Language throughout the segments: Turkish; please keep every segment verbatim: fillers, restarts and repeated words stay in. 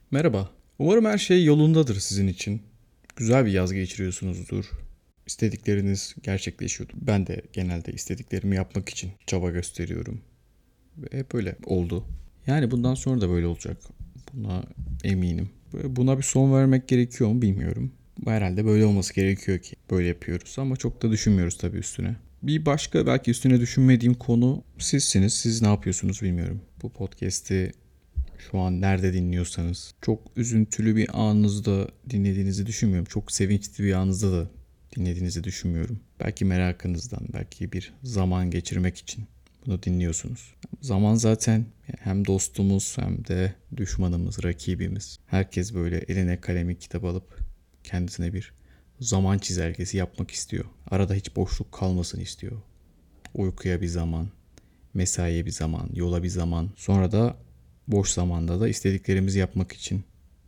Merhaba. Umarım her şey yolundadır sizin için. Güzel bir yaz geçiriyorsunuzdur. İstedikleriniz gerçekleşiyordur. Ben de genelde istediklerimi yapmak için çaba gösteriyorum. Ve hep öyle oldu. Yani bundan sonra da böyle olacak. Buna eminim. Buna bir son vermek gerekiyor mu bilmiyorum. Herhalde böyle olması gerekiyor ki böyle yapıyoruz ama çok da düşünmüyoruz tabii üstüne. Bir başka belki üstüne düşünmediğim konu sizsiniz. Siz ne yapıyorsunuz bilmiyorum. Bu podcast'i şu an nerede dinliyorsanız çok üzüntülü bir anınızda dinlediğinizi düşünmüyorum. Çok sevinçli bir anınızda da dinlediğinizi düşünmüyorum. Belki merakınızdan, belki bir zaman geçirmek için bunu dinliyorsunuz. Zaman zaten hem dostumuz hem de düşmanımız, rakibimiz. Herkes böyle eline kalemi kitap alıp kendisine bir zaman çizelgesi yapmak istiyor. Arada hiç boşluk kalmasın istiyor. Uykuya bir zaman, mesaiye bir zaman, yola bir zaman. Sonra da boş zamanda da istediklerimizi yapmak için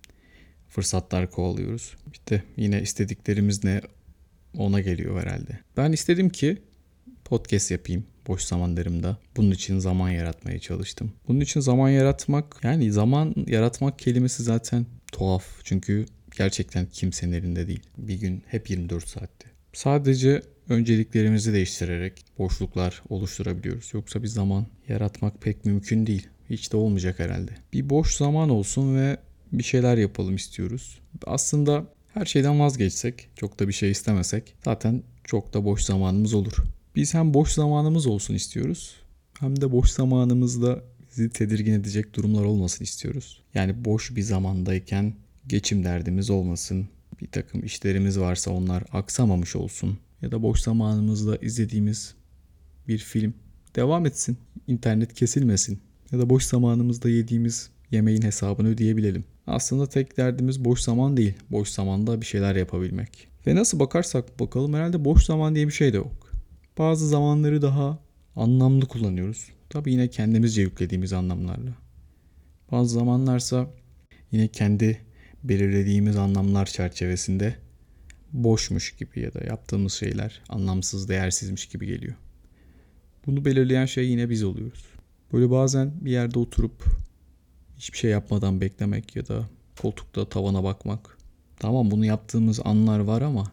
fırsatlar kovalıyoruz. İşte yine istediklerimiz ne ona geliyor herhalde. Ben istedim ki podcast yapayım boş zamanlarımda. Bunun için zaman yaratmaya çalıştım. Bunun için zaman yaratmak, yani zaman yaratmak kelimesi zaten tuhaf. Çünkü gerçekten kimsenin elinde değil. Bir gün hep yirmi dört saatte. Sadece önceliklerimizi değiştirerek boşluklar oluşturabiliyoruz. Yoksa bir zaman yaratmak pek mümkün değil. Hiç de olmayacak herhalde. Bir boş zaman olsun ve bir şeyler yapalım istiyoruz. Aslında her şeyden vazgeçsek, çok da bir şey istemesek zaten çok da boş zamanımız olur. Biz hem boş zamanımız olsun istiyoruz hem de boş zamanımızda bizi tedirgin edecek durumlar olmasın istiyoruz. Yani boş bir zamandayken geçim derdimiz olmasın. Bir takım işlerimiz varsa onlar aksamamış olsun. Ya da boş zamanımızda izlediğimiz bir film devam etsin. İnternet kesilmesin. Ya da boş zamanımızda yediğimiz yemeğin hesabını ödeyebilelim. Aslında tek derdimiz boş zaman değil. Boş zamanda bir şeyler yapabilmek. Ve nasıl bakarsak bakalım herhalde boş zaman diye bir şey de yok. Bazı zamanları daha anlamlı kullanıyoruz. Tabii yine kendimizce yüklediğimiz anlamlarla. Bazı zamanlarsa yine kendi belirlediğimiz anlamlar çerçevesinde boşmuş gibi ya da yaptığımız şeyler anlamsız, değersizmiş gibi geliyor. Bunu belirleyen şey yine biz oluyoruz. Böyle bazen bir yerde oturup hiçbir şey yapmadan beklemek ya da koltukta tavana bakmak. Tamam, bunu yaptığımız anlar var ama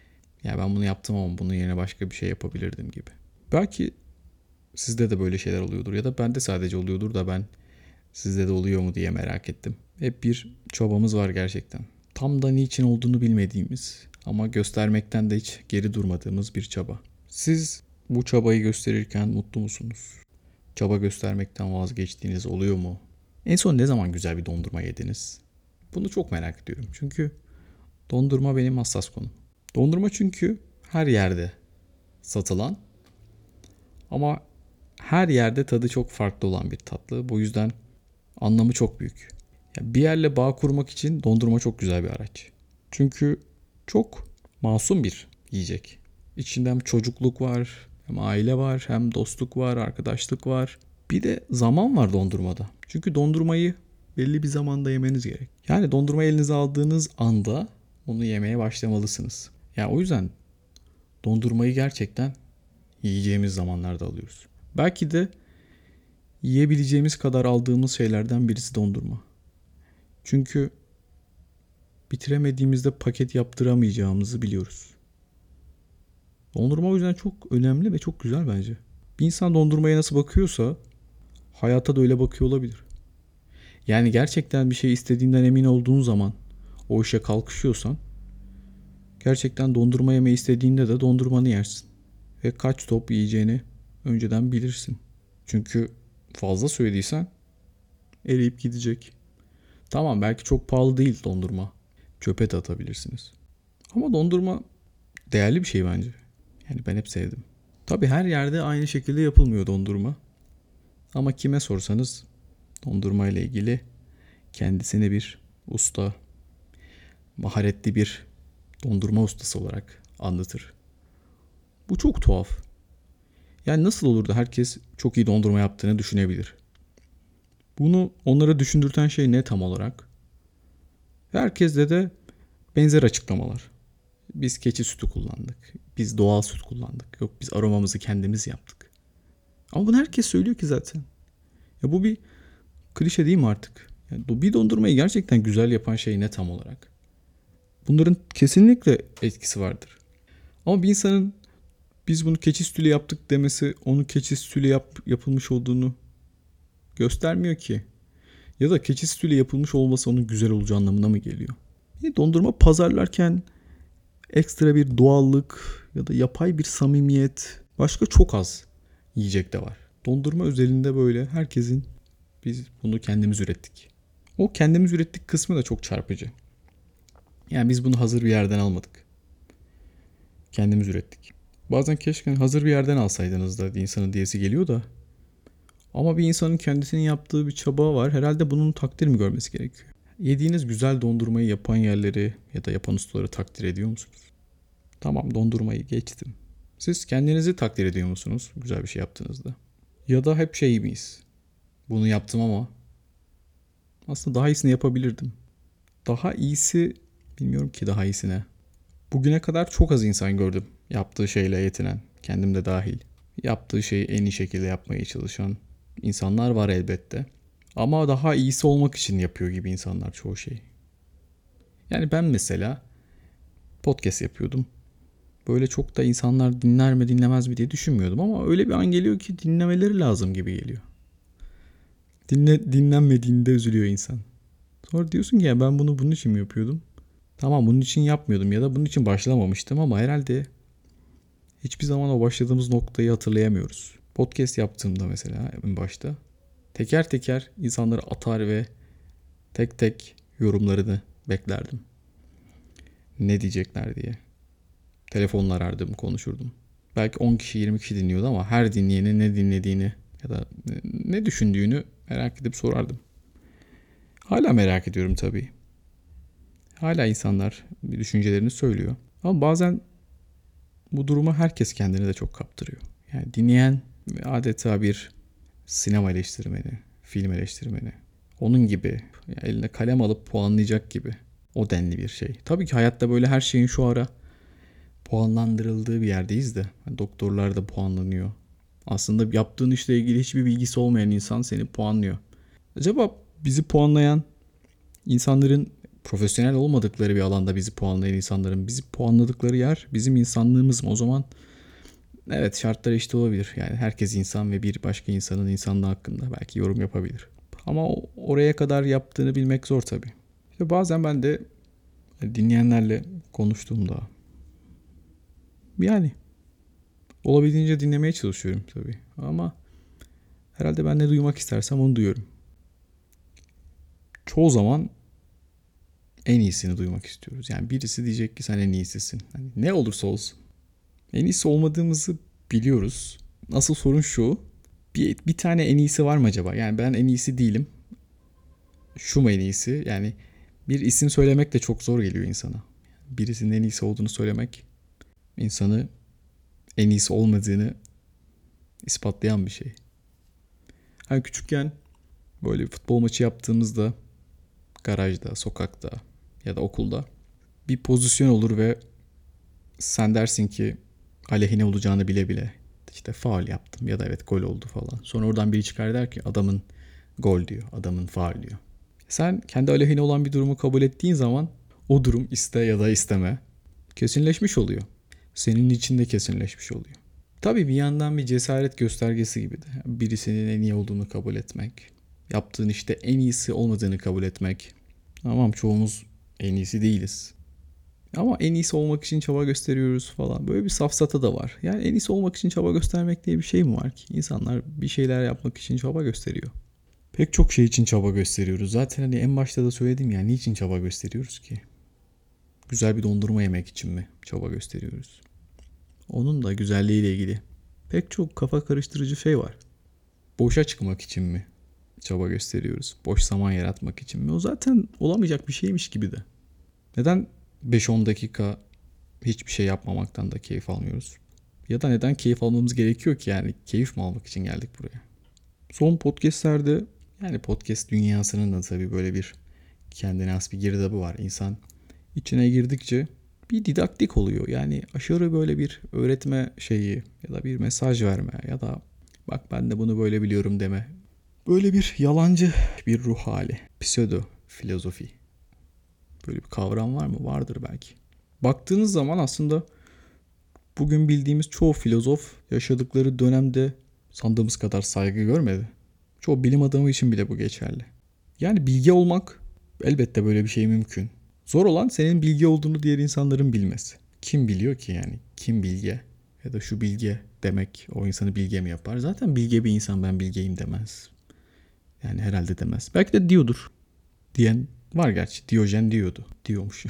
ya ben bunu yaptım ama bunun yerine başka bir şey yapabilirdim gibi. Belki sizde de böyle şeyler oluyordur ya da bende sadece oluyordur da ben sizde de oluyor mu diye merak ettim. Hep bir çabamız var gerçekten. Tam da niçin olduğunu bilmediğimiz ama göstermekten de hiç geri durmadığımız bir çaba. Siz bu çabayı gösterirken mutlu musunuz? Çaba göstermekten vazgeçtiğiniz oluyor mu? En son ne zaman güzel bir dondurma yediniz? Bunu çok merak ediyorum. Çünkü dondurma benim hassas konum. Dondurma çünkü her yerde satılan ama her yerde tadı çok farklı olan bir tatlı. Bu yüzden anlamı çok büyük. Ya bir yerle bağ kurmak için dondurma çok güzel bir araç. Çünkü çok masum bir yiyecek. İçinde hem çocukluk var, hem aile var, hem dostluk var, arkadaşlık var. Bir de zaman var dondurmada. Çünkü dondurmayı belli bir zamanda yemeniz gerek. Yani dondurmayı elinize aldığınız anda onu yemeye başlamalısınız. Yani o yüzden dondurmayı gerçekten yiyeceğimiz zamanlarda alıyoruz. Belki de yiyebileceğimiz kadar aldığımız şeylerden birisi dondurma. Çünkü bitiremediğimizde paket yaptıramayacağımızı biliyoruz. Dondurma o yüzden çok önemli ve çok güzel bence. Bir insan dondurmaya nasıl bakıyorsa hayata da öyle bakıyor olabilir. Yani gerçekten bir şey istediğinden emin olduğun zaman o işe kalkışıyorsan gerçekten dondurma yemeyi istediğinde de dondurmanı yersin. Ve kaç top yiyeceğini önceden bilirsin. Çünkü fazla söylediysen eriyip gidecek. Tamam, belki çok pahalı değil dondurma. Çöpe de atabilirsiniz. Ama dondurma değerli bir şey bence. Yani ben hep sevdim. Tabii her yerde aynı şekilde yapılmıyor dondurma. Ama kime sorsanız dondurma ile ilgili kendisini bir usta, maharetli bir dondurma ustası olarak anlatır. Bu çok tuhaf. Yani nasıl olur da herkes çok iyi dondurma yaptığını düşünebilir? Bunu onlara düşündürten şey ne tam olarak? Herkeste de benzer açıklamalar. Biz keçi sütü kullandık. Biz doğal süt kullandık. Yok, biz aromamızı kendimiz yaptık. Ama bunu herkes söylüyor ki zaten. Ya bu bir klişe değil mi artık? Yani bir dondurmayı gerçekten güzel yapan şey ne tam olarak? Bunların kesinlikle etkisi vardır. Ama bir insanın biz bunu keçi sütüyle yaptık demesi onun keçi sütüyle yap, yapılmış olduğunu göstermiyor ki. Ya da keçi sütüyle yapılmış olması onun güzel olacağı anlamına mı geliyor? Bir dondurma pazarlarken ekstra bir doğallık ya da yapay bir samimiyet başka çok az yiyecek de var. Dondurma özelinde böyle herkesin biz bunu kendimiz ürettik. O kendimiz ürettik kısmı da çok çarpıcı. Yani biz bunu hazır bir yerden almadık. Kendimiz ürettik. Bazen keşke hazır bir yerden alsaydınız da insanın diyesi geliyor da. Ama bir insanın kendisinin yaptığı bir çaba var. Herhalde bunun takdir mi görmesi gerekiyor? Yediğiniz güzel dondurmayı yapan yerleri ya da yapan ustaları takdir ediyor musunuz? Tamam, dondurmayı geçtim. Siz kendinizi takdir ediyor musunuz güzel bir şey yaptığınızda? Ya da hep şey miyiz? Bunu yaptım ama aslında daha iyisini yapabilirdim. Daha iyisi, bilmiyorum ki daha iyisine. Bugüne kadar çok az insan gördüm yaptığı şeyle yetinen, kendim de dahil. Yaptığı şeyi en iyi şekilde yapmaya çalışan insanlar var elbette. Ama daha iyisi olmak için yapıyor gibi insanlar çoğu şey. Yani ben mesela podcast yapıyordum. Böyle çok da insanlar dinler mi dinlemez mi diye düşünmüyordum ama öyle bir an geliyor ki dinlemeleri lazım gibi geliyor. Dinle, dinlenmediğinde üzülüyor insan. Sonra diyorsun ki ya ben bunu bunun için mi yapıyordum? Tamam, bunun için yapmıyordum ya da bunun için başlamamıştım ama herhalde hiçbir zaman o başladığımız noktayı hatırlayamıyoruz. Podcast yaptığımda mesela en başta teker teker insanları atar ve tek tek yorumlarını beklerdim. Ne diyecekler diye. Telefonla arardım, konuşurdum. Belki on kişi yirmi kişi dinliyordu ama her dinleyenin ne dinlediğini ya da ne düşündüğünü merak edip sorardım. Hala merak ediyorum tabii. Hala insanlar bir düşüncelerini söylüyor. Ama bazen bu duruma herkes kendini de çok kaptırıyor. Yani dinleyen adeta bir sinema eleştirmeni, film eleştirmeni. Onun gibi yani eline kalem alıp puanlayacak gibi. O denli bir şey. Tabii ki hayatta böyle her şeyin şu ara puanlandırıldığı bir yerdeyiz de. Yani doktorlar da puanlanıyor. Aslında yaptığın işle ilgili hiçbir bilgisi olmayan insan seni puanlıyor. Acaba bizi puanlayan insanların profesyonel olmadıkları bir alanda bizi puanlayan insanların bizi puanladıkları yer bizim insanlığımız mı? O zaman evet, şartlar eşit olabilir. Yani herkes insan ve bir başka insanın insanlığı hakkında belki yorum yapabilir. Ama oraya kadar yaptığını bilmek zor tabii. İşte bazen ben de dinleyenlerle konuştuğumda yani olabildiğince dinlemeye çalışıyorum tabii. Ama herhalde ben ne duymak istersem onu duyuyorum. Çoğu zaman en iyisini duymak istiyoruz. Yani birisi diyecek ki sen en iyisisin. Yani ne olursa olsun. En iyisi olmadığımızı biliyoruz. Asıl sorun şu. Bir, bir tane en iyisi var mı acaba? Yani ben en iyisi değilim. Şu mu en iyisi? Yani bir isim söylemek de çok zor geliyor insana. Birisinin en iyisi olduğunu söylemek insanı en iyisi olmadığını ispatlayan bir şey. Hani küçükken böyle bir futbol maçı yaptığımızda garajda, sokakta ya da okulda bir pozisyon olur ve sen dersin ki aleyhine olacağını bile bile işte faul yaptım ya da evet gol oldu falan. Sonra oradan biri çıkar der ki adamın gol diyor, adamın faul diyor. Sen kendi aleyhine olan bir durumu kabul ettiğin zaman o durum iste ya da isteme kesinleşmiş oluyor. Senin içinde kesinleşmiş oluyor. Tabii bir yandan bir cesaret göstergesi gibi de. Birisinin en iyi olduğunu kabul etmek. Yaptığın işte en iyisi olmadığını kabul etmek. Tamam, çoğumuz en iyisi değiliz. Ama en iyisi olmak için çaba gösteriyoruz falan. Böyle bir safsata da var. Yani en iyisi olmak için çaba göstermek diye bir şey mi var ki? İnsanlar bir şeyler yapmak için çaba gösteriyor. Pek çok şey için çaba gösteriyoruz. Zaten hani en başta da söyledim ya, niçin çaba gösteriyoruz ki? Güzel bir dondurma yemek için mi çaba gösteriyoruz? Onun da güzelliğiyle ilgili pek çok kafa karıştırıcı şey var. Boşa çıkmak için mi çaba gösteriyoruz? Boş zaman yaratmak için mi? O zaten olamayacak bir şeymiş gibi de. Neden beş on dakika hiçbir şey yapmamaktan da keyif almıyoruz? Ya da neden keyif almamız gerekiyor ki, yani keyif mi almak için geldik buraya? Son podcastlerde yani podcast dünyasının da tabii böyle bir kendine has bir girdabı var. İnsan içine girdikçe bir didaktik oluyor. Yani aşırı böyle bir öğretme şeyi ya da bir mesaj verme ya da bak ben de bunu böyle biliyorum deme Böyle bir yalancı bir ruh hali. Pseudo filozofi. Böyle bir kavram var mı? Vardır belki. Baktığınız zaman aslında bugün bildiğimiz çoğu filozof yaşadıkları dönemde sandığımız kadar saygı görmedi. Çoğu bilim adamı için bile bu geçerli. Yani bilge olmak elbette böyle bir şey mümkün. Zor olan senin bilge olduğunu diğer insanların bilmesi. Kim biliyor ki yani? Kim bilge? Ya da şu bilge demek o insanı bilge mi yapar? Zaten bilge bir insan ben bilgeyim demez. Yani herhalde demez. Belki de diyordur. Diyen var gerçi. Diyojen diyordu. Diyormuş.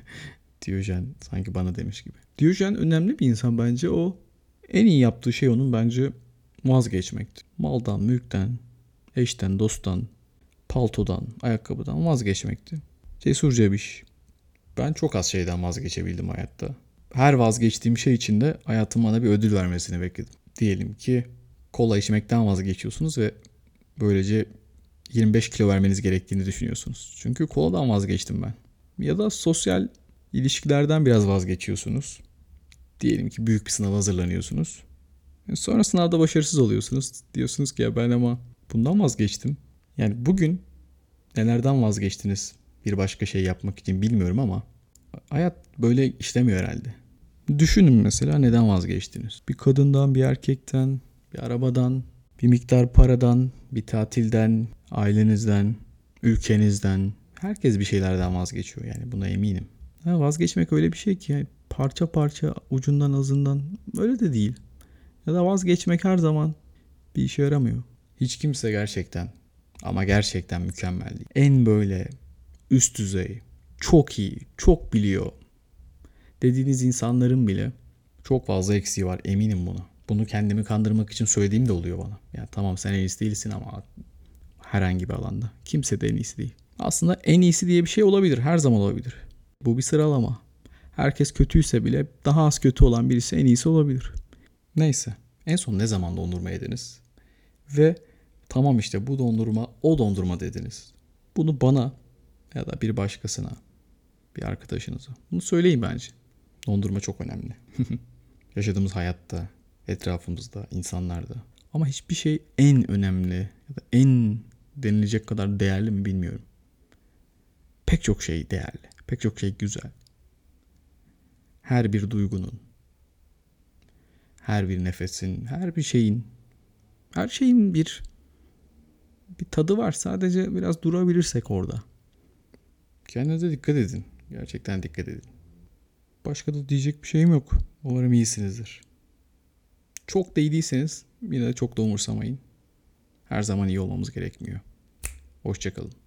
Diyojen sanki bana demiş gibi. Diyojen önemli bir insan bence. O en iyi yaptığı şey onun bence vazgeçmekti. Maldan, mülkten, eşten, dosttan, paltodan, ayakkabıdan vazgeçmekti. Cesurca bir iş. Ben çok az şeyden vazgeçebildim hayatta. Her vazgeçtiğim şey için de hayatım bana bir ödül vermesini bekledim. Diyelim ki kola içmekten vazgeçiyorsunuz ve böylece yirmi beş kilo vermeniz gerektiğini düşünüyorsunuz. Çünkü koladan vazgeçtim ben. Ya da sosyal ilişkilerden biraz vazgeçiyorsunuz. Diyelim ki büyük bir sınava hazırlanıyorsunuz. Sonra sınavda başarısız oluyorsunuz. Diyorsunuz ki ya ben ama bundan vazgeçtim. Yani bugün nelerden vazgeçtiniz bir başka şey yapmak için bilmiyorum ama hayat böyle işlemiyor herhalde. Düşünün mesela neden vazgeçtiniz? Bir kadından, bir erkekten, bir arabadan, bir miktar paradan, bir tatilden, ailenizden, ülkenizden. Herkes bir şeylerden vazgeçiyor yani buna eminim. Ha, vazgeçmek öyle bir şey ki yani parça parça ucundan azından öyle de değil. Ya da vazgeçmek her zaman bir işe yaramıyor. Hiç kimse gerçekten ama gerçekten mükemmel değil. En böyle üst düzey, çok iyi, çok biliyor dediğiniz insanların bile çok fazla eksiği var eminim buna. Bunu kendimi kandırmak için söylediğim de oluyor bana. Yani tamam sen en iyisi değilsin ama herhangi bir alanda. Kimse de en iyisi değil. Aslında en iyisi diye bir şey olabilir. Her zaman olabilir. Bu bir sıralama. Herkes kötüyse bile daha az kötü olan birisi en iyisi olabilir. Neyse. En son ne zaman dondurma yediniz? Ve tamam işte bu dondurma o dondurma dediniz. Bunu bana ya da bir başkasına, bir arkadaşınıza. Bunu söyleyin bence. Dondurma çok önemli. Yaşadığımız hayatta, etrafımızda, insanlarda. Ama hiçbir şey en önemli ya da en denilecek kadar değerli mi bilmiyorum. Pek çok şey değerli. Pek çok şey güzel. Her bir duygunun, her bir nefesin, her bir şeyin, her şeyin bir bir tadı var. Sadece biraz durabilirsek orada. Kendinize dikkat edin. Gerçekten dikkat edin. Başka da diyecek bir şeyim yok. Umarım iyisinizdir. Çok da iyi değilseniz yine de çok da umursamayın. Her zaman iyi olmamız gerekmiyor. Hoşça kalın.